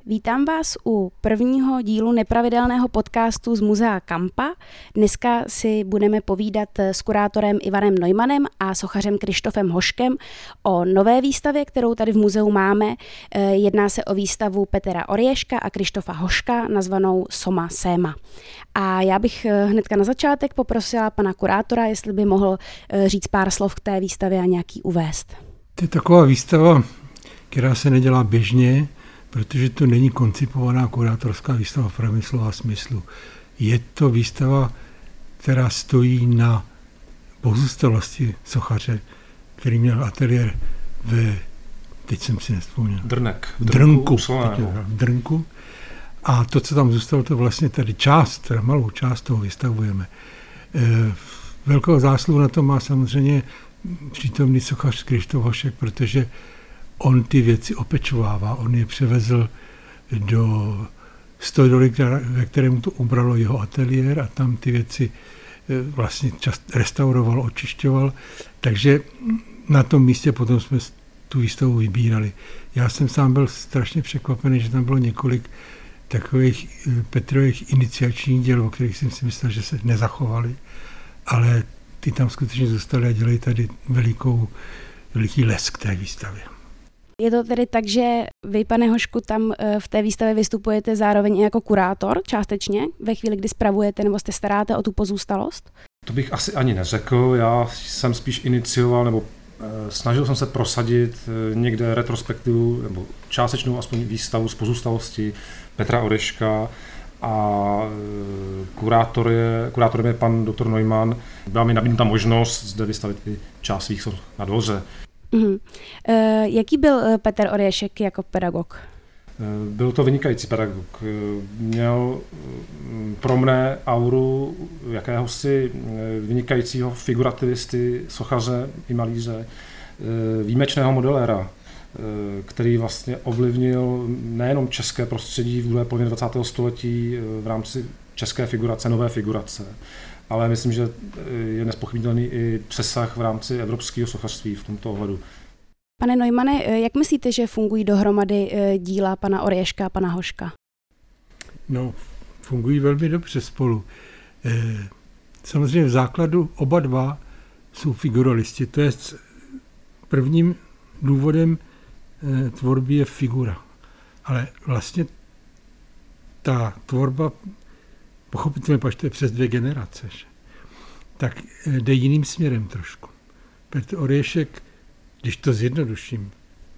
Vítám vás u prvního dílu nepravidelného podcastu z Muzea Kampa. Dneska si budeme povídat s kurátorem Ivanem Neumannem a sochařem Krištofem Hoškem o nové výstavě, kterou tady v muzeu máme. Jedná se o výstavu Petra Orješka a Krištofa Hoška, nazvanou Soma Séma. A já bych hnedka na začátek poprosila pana kurátora, jestli by mohl říct pár slov k té výstavě a nějaký uvést. To je taková výstava, která se nedělá běžně, protože to není koncipovaná kurátorská výstava v pravém slova smyslu. Je to výstava, která stojí na pozůstalosti sochaře, který měl ateliér teď jsem si nevzpomněl. V Drnku. A to, co tam zůstalo, to vlastně tady malou část toho vystavujeme. Velkou zásluhu na to má samozřejmě přítomný sochař Krištof Hošek, protože on ty věci opečovává. On je převezl do stodoly, ve kterém to ubralo jeho ateliér, a tam ty věci vlastně restauroval, očišťoval. Takže na tom místě potom jsme tu výstavu vybírali. Já jsem sám byl strašně překvapený, že tam bylo několik takových Petrových iniciačních děl, o kterých jsem si myslel, že se nezachovaly, ale ty tam skutečně zůstaly a dělají tady veliký lesk té výstavě. Je to tedy tak, že vy, pane Hošku, tam v té výstavě vystupujete zároveň i jako kurátor částečně, ve chvíli, kdy spravujete nebo se staráte o tu pozůstalost? To bych asi ani neřekl, já jsem spíš inicioval nebo snažil jsem se prosadit někde retrospektivu nebo částečnou aspoň výstavu z pozůstalosti Petra Orješka a kurátorem je pan doktor Neumann. Byla mi nabídnuta možnost zde vystavit i část svých soch na dvoře. Mm. Jaký byl Petr Orješek jako pedagog? Byl to vynikající pedagog. Měl pro mne auru jakéhosi vynikajícího figurativisty, sochaře i malíře, výjimečného modeléra, který vlastně ovlivnil nejenom české prostředí v druhé polovině 20. století v rámci české figurace, nové figurace, ale myslím, že je nezpochybnitelný i přesah v rámci evropského sochařství v tomto ohledu. Pane Neumanne, jak myslíte, že fungují dohromady díla pana Orješka a pana Hoška? No, fungují velmi dobře spolu. Samozřejmě v základu oba dva jsou figuralisti. To je prvním důvodem tvorby je figura. Ale vlastně ta tvorba, pochopitelně, protože to je přes 2 generace, tak jde jiným směrem trošku. Petr Orješek, když to zjednoduším,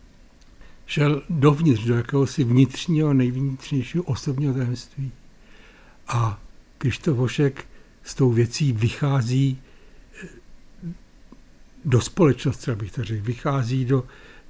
šel dovnitř do jakéhosi vnitřního, nejvnitřnějšího osobního tajemství. A Krištof Hošek s tou věcí vychází do společnosti, abych to řekl, vychází do,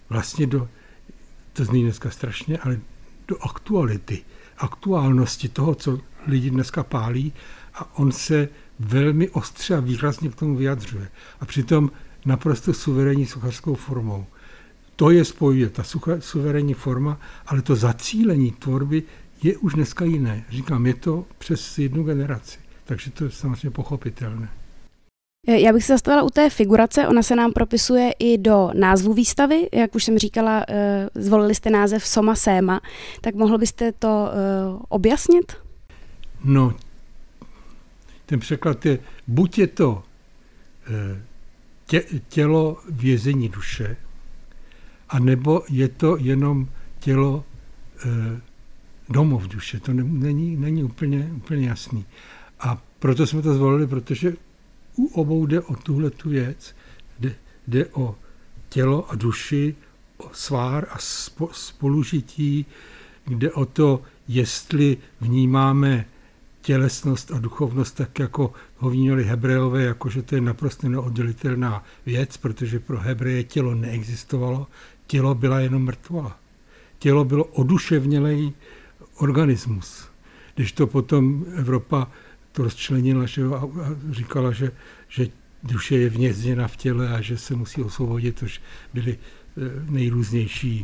to zní dneska strašně, ale do aktuálnosti toho, co lidi dneska pálí, a on se velmi ostře a výrazně k tomu vyjadřuje. A přitom naprosto suverénní sochařskou formou. To je spojuje, ta suverénní forma, ale to zacílení tvorby je už dneska jiné. Říkám, je to přes 1 generaci, takže to je samozřejmě pochopitelné. Já bych se zastavila u té figurace, ona se nám propisuje i do názvu výstavy, jak už jsem říkala, zvolili jste název Soma Séma, tak mohl byste to objasnit? No, ten překlad je, buď je to tělo vězení duše, anebo je to jenom tělo domov duše. To není úplně jasný. A proto jsme to zvolili, protože u obou jde o tuhletu věc. Jde o tělo a duši, o svár a spolužití, jde o to, jestli vnímáme tělesnost a duchovnost tak, jako ho vnímali Hebrejové, jakože to je naprosto neoddělitelná věc, protože pro Hebreje tělo neexistovalo, tělo byla jenom mrtvola. Tělo bylo oduševnělý organismus. Když to potom Evropa to rozčlenila, a říkala, že duše je vnězděna v těle a že se musí osvobodit, což byly nejrůznější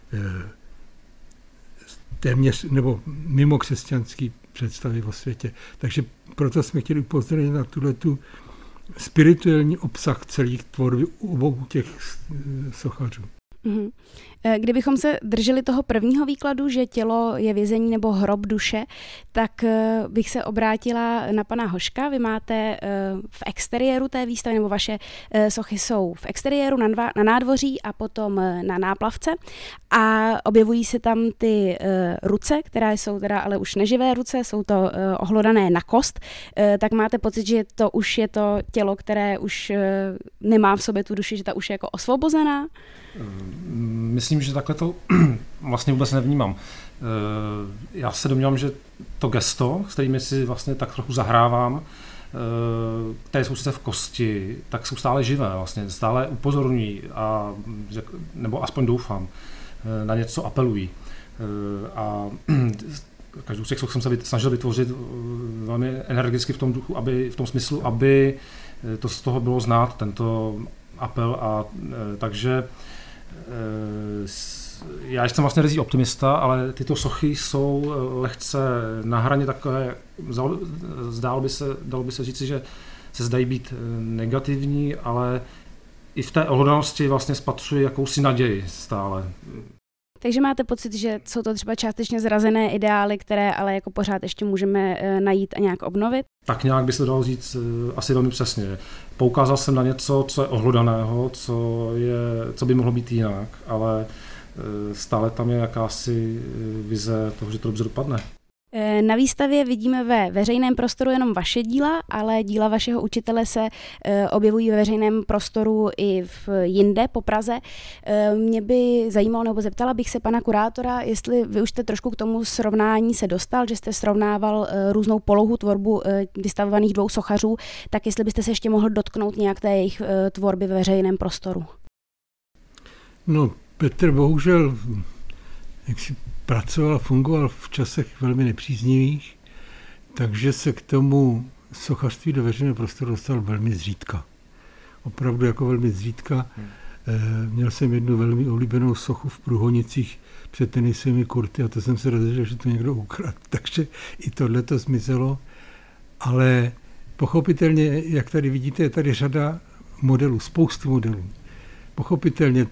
téměř nebo mimo křesťanský představy o světě. Takže proto jsme chtěli upozornit na tuhletu spirituální obsah celých tvorby obou těch sochařů. Mm-hmm. Kdybychom se drželi toho prvního výkladu, že tělo je vězení nebo hrob duše, tak bych se obrátila na pana Hoška. Vy máte v exteriéru té výstavy, nebo vaše sochy jsou v exteriéru na nádvoří a potom na náplavce a objevují se tam ty ruce, které jsou teda ale už neživé ruce, jsou to ohlodané na kost, tak máte pocit, že to už je to tělo, které už nemá v sobě tu duši, že ta už je jako osvobozená? Myslím, že takhle to vlastně vůbec nevnímám. Já se domnívám, že to gesto, s kterými si vlastně tak trochu zahrávám, které jsou sice v kosti, tak jsou stále živé, vlastně stále upozorňují, nebo aspoň doufám, na něco apelují. A každou z těch soch jsem se snažil vytvořit velmi energicky v tom duchu, v tom smyslu, aby to z toho bylo znát, tento apel. A takže já jsem vlastně rizí optimista, ale tyto sochy jsou lehce na hraně takové, dalo by se říci, že se zdají být negativní, ale i v té ohlodanosti vlastně spatřuji jakousi naději stále. Takže máte pocit, že jsou to třeba částečně zrazené ideály, které ale jako pořád ještě můžeme najít a nějak obnovit? Tak nějak by se dalo říct asi velmi přesně. Poukázal jsem na něco, co je ohlodaného, co by mohlo být jinak, ale stále tam je jakási vize toho, že to dobře dopadne. Na výstavě vidíme ve veřejném prostoru jenom vaše díla, ale díla vašeho učitele se objevují ve veřejném prostoru i jinde po Praze. Mě by zajímalo, nebo zeptala bych se pana kurátora, jestli vy už jste trošku k tomu srovnání se dostal, že jste srovnával různou polohu tvorbu vystavovaných dvou sochařů, tak jestli byste se ještě mohl dotknout nějak té jejich tvorby ve veřejném prostoru. No, Petr bohužel pracoval a fungoval v časech velmi nepříznivých, takže se k tomu sochařství do veřejného prostoru dostal velmi zřídka. Opravdu jako velmi zřídka. Měl jsem jednu velmi oblíbenou sochu v Průhonicích před tenisovými kurty a to jsem se dozvěděl, že to někdo ukradl. Takže i tohle to zmizelo. Ale pochopitelně, jak tady vidíte, je tady řada modelů, spoustu modelů. Pochopitelně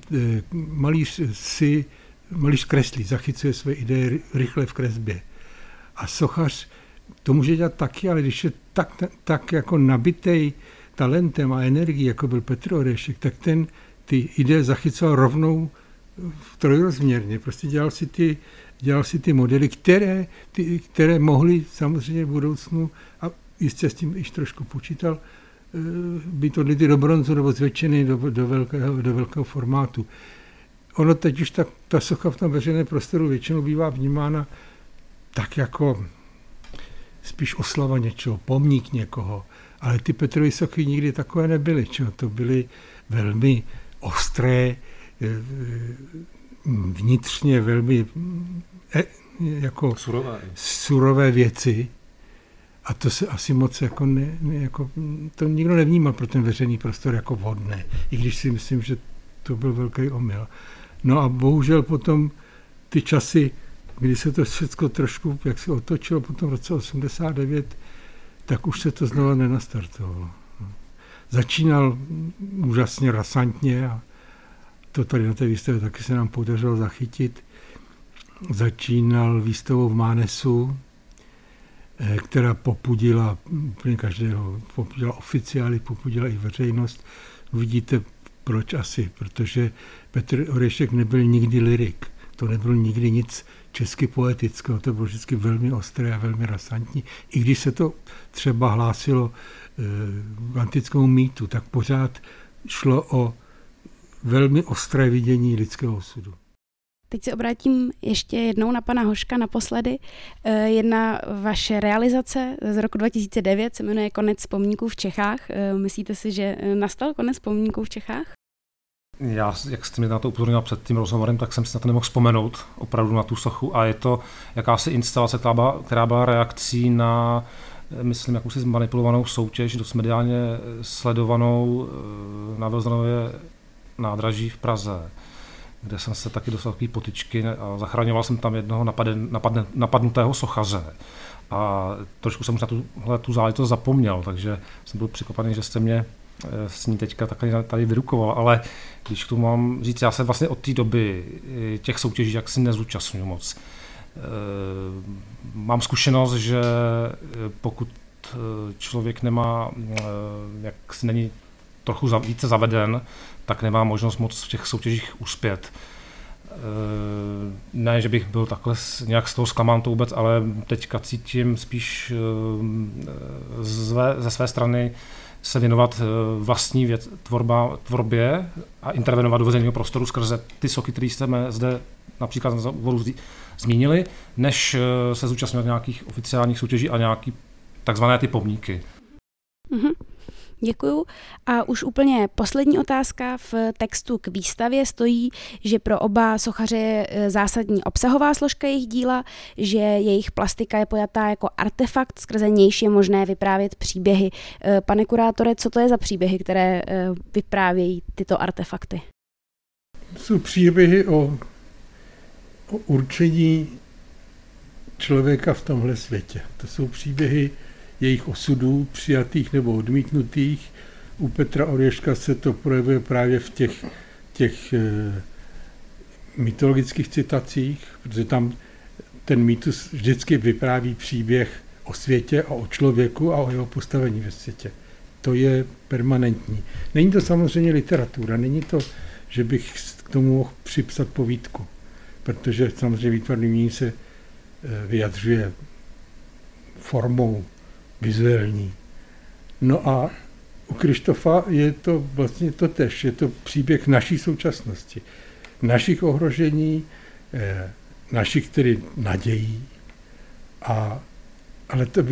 malíř kreslí, zachycuje své ideje rychle v kresbě. A sochař to může dělat taky, ale když je tak jako nabitej talentem a energií, jako byl Petr Oрешek, tak ten ty ideje zachycoval rovnou trojrozměrně. Prostě dělal si ty modely, které mohly samozřejmě v budoucnu, a jistě s tím již trošku počítal, být odlity do bronzu nebo zvětšeny do velkého formátu. Ono teď už ta socha v tom veřejném prostoru většinou bývá vnímána tak jako spíš oslava něčeho, pomník někoho. Ale ty Petrovy sochy nikdy takové nebyly. To byly velmi ostré, vnitřně velmi jako surové věci. A to se asi moc to nikdo nevnímal pro ten veřejný prostor jako vhodné. I když si myslím, že to byl velký omyl. No a bohužel potom ty časy, kdy se to všechno trošku jak se otočilo, potom v roce 89, tak už se to znovu nenastartovalo. Začínal úžasně rasantně a to tady na té výstavě taky se nám podařilo zachytit. Začínal výstavou v Mánesu, která popudila úplně každého, popudila oficiály, popudila i veřejnost. Vidíte, proč asi? Protože Petr Oрешek nebyl nikdy lyrik. To nebylo nikdy nic česky poetického, to bylo vždycky velmi ostré a velmi rasantní. I když se to třeba hlásilo v antickému mýtu, tak pořád šlo o velmi ostré vidění lidského osudu. Teď se obrátím ještě jednou na pana Hoška naposledy. Jedna vaše realizace z roku 2009 se jmenuje Konec pomníků v Čechách. Myslíte si, že nastal konec pomníků v Čechách? Já, jak jste mě na to upozornila před tím rozhovorem, tak jsem si na to nemohl vzpomenout opravdu na tu sochu a je to jakási instalace, která byla reakcí na, myslím, jakousi zmanipulovanou soutěž, dost mediálně sledovanou na Velzanově nádraží v Praze, kde jsem se taky dostal takové potyčky a zachraňoval jsem tam jednoho napadnutého sochaře. A trošku jsem už na tu záležitost zapomněl, takže jsem byl překvapený, že jste mě s ní teďka tady vyrukoval, ale když tu mám říct, já se vlastně od té doby těch soutěží jaksi nezúčastňuji moc. Mám zkušenost, že pokud člověk nemá, jak si není trochu více zaveden, tak nemá možnost moc v těch soutěžích uspět. Ne, že bych byl takhle nějak z toho zklamán to vůbec, ale teďka cítím spíš ze své strany se věnovat vlastní tvorbě a intervenovat do veřejného prostoru skrze ty soky, které jsme zde například na úvodu zmínili, než se zúčastňovat nějakých oficiálních soutěží a nějaký takzvané ty pomníky. Mm-hmm. Děkuju. A už úplně poslední otázka. V textu k výstavě stojí, že pro oba sochaře je zásadní obsahová složka jejich díla, že jejich plastika je pojatá jako artefakt, skrze nějž je možné vyprávět příběhy. Pane kurátore, co to je za příběhy, které vyprávějí tyto artefakty? Jsou příběhy o určení člověka v tomhle světě. To jsou příběhy jejich osudů, přijatých nebo odmítnutých. U Petra Oрешka se to projevuje právě v těch mytologických citacích, protože tam ten mýtus vždycky vypráví příběh o světě a o člověku a o jeho postavení ve světě. To je permanentní. Není to samozřejmě literatura, není to, že bych k tomu mohl připsat povídku, protože samozřejmě výtvarný umění se vyjadřuje formou vizuální. No a u Kryštofa je to vlastně totéž, je to příběh naší současnosti, našich ohrožení, našich tedy nadějí, ale to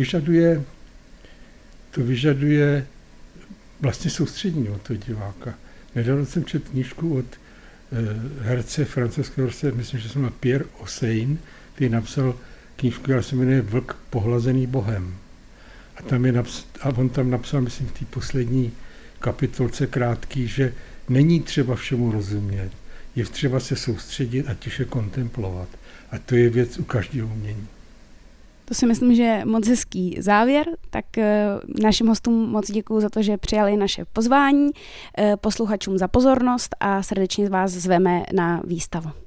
vyžaduje vlastně soustředění od toho diváka. Nedávno jsem četl knížku od herce francouzského herce, myslím, že se jmenuje Pierre Hossein, který napsal knížku, která se jmenuje Vlk pohlazený Bohem. A on tam napsal, myslím, v té poslední kapitolce krátký, že není třeba všemu rozumět, je třeba se soustředit a tiše kontemplovat. A to je věc u každého umění. To si myslím, že je moc hezký závěr, tak našim hostům moc děkuju za to, že přijali naše pozvání, posluchačům za pozornost a srdečně vás zveme na výstavu.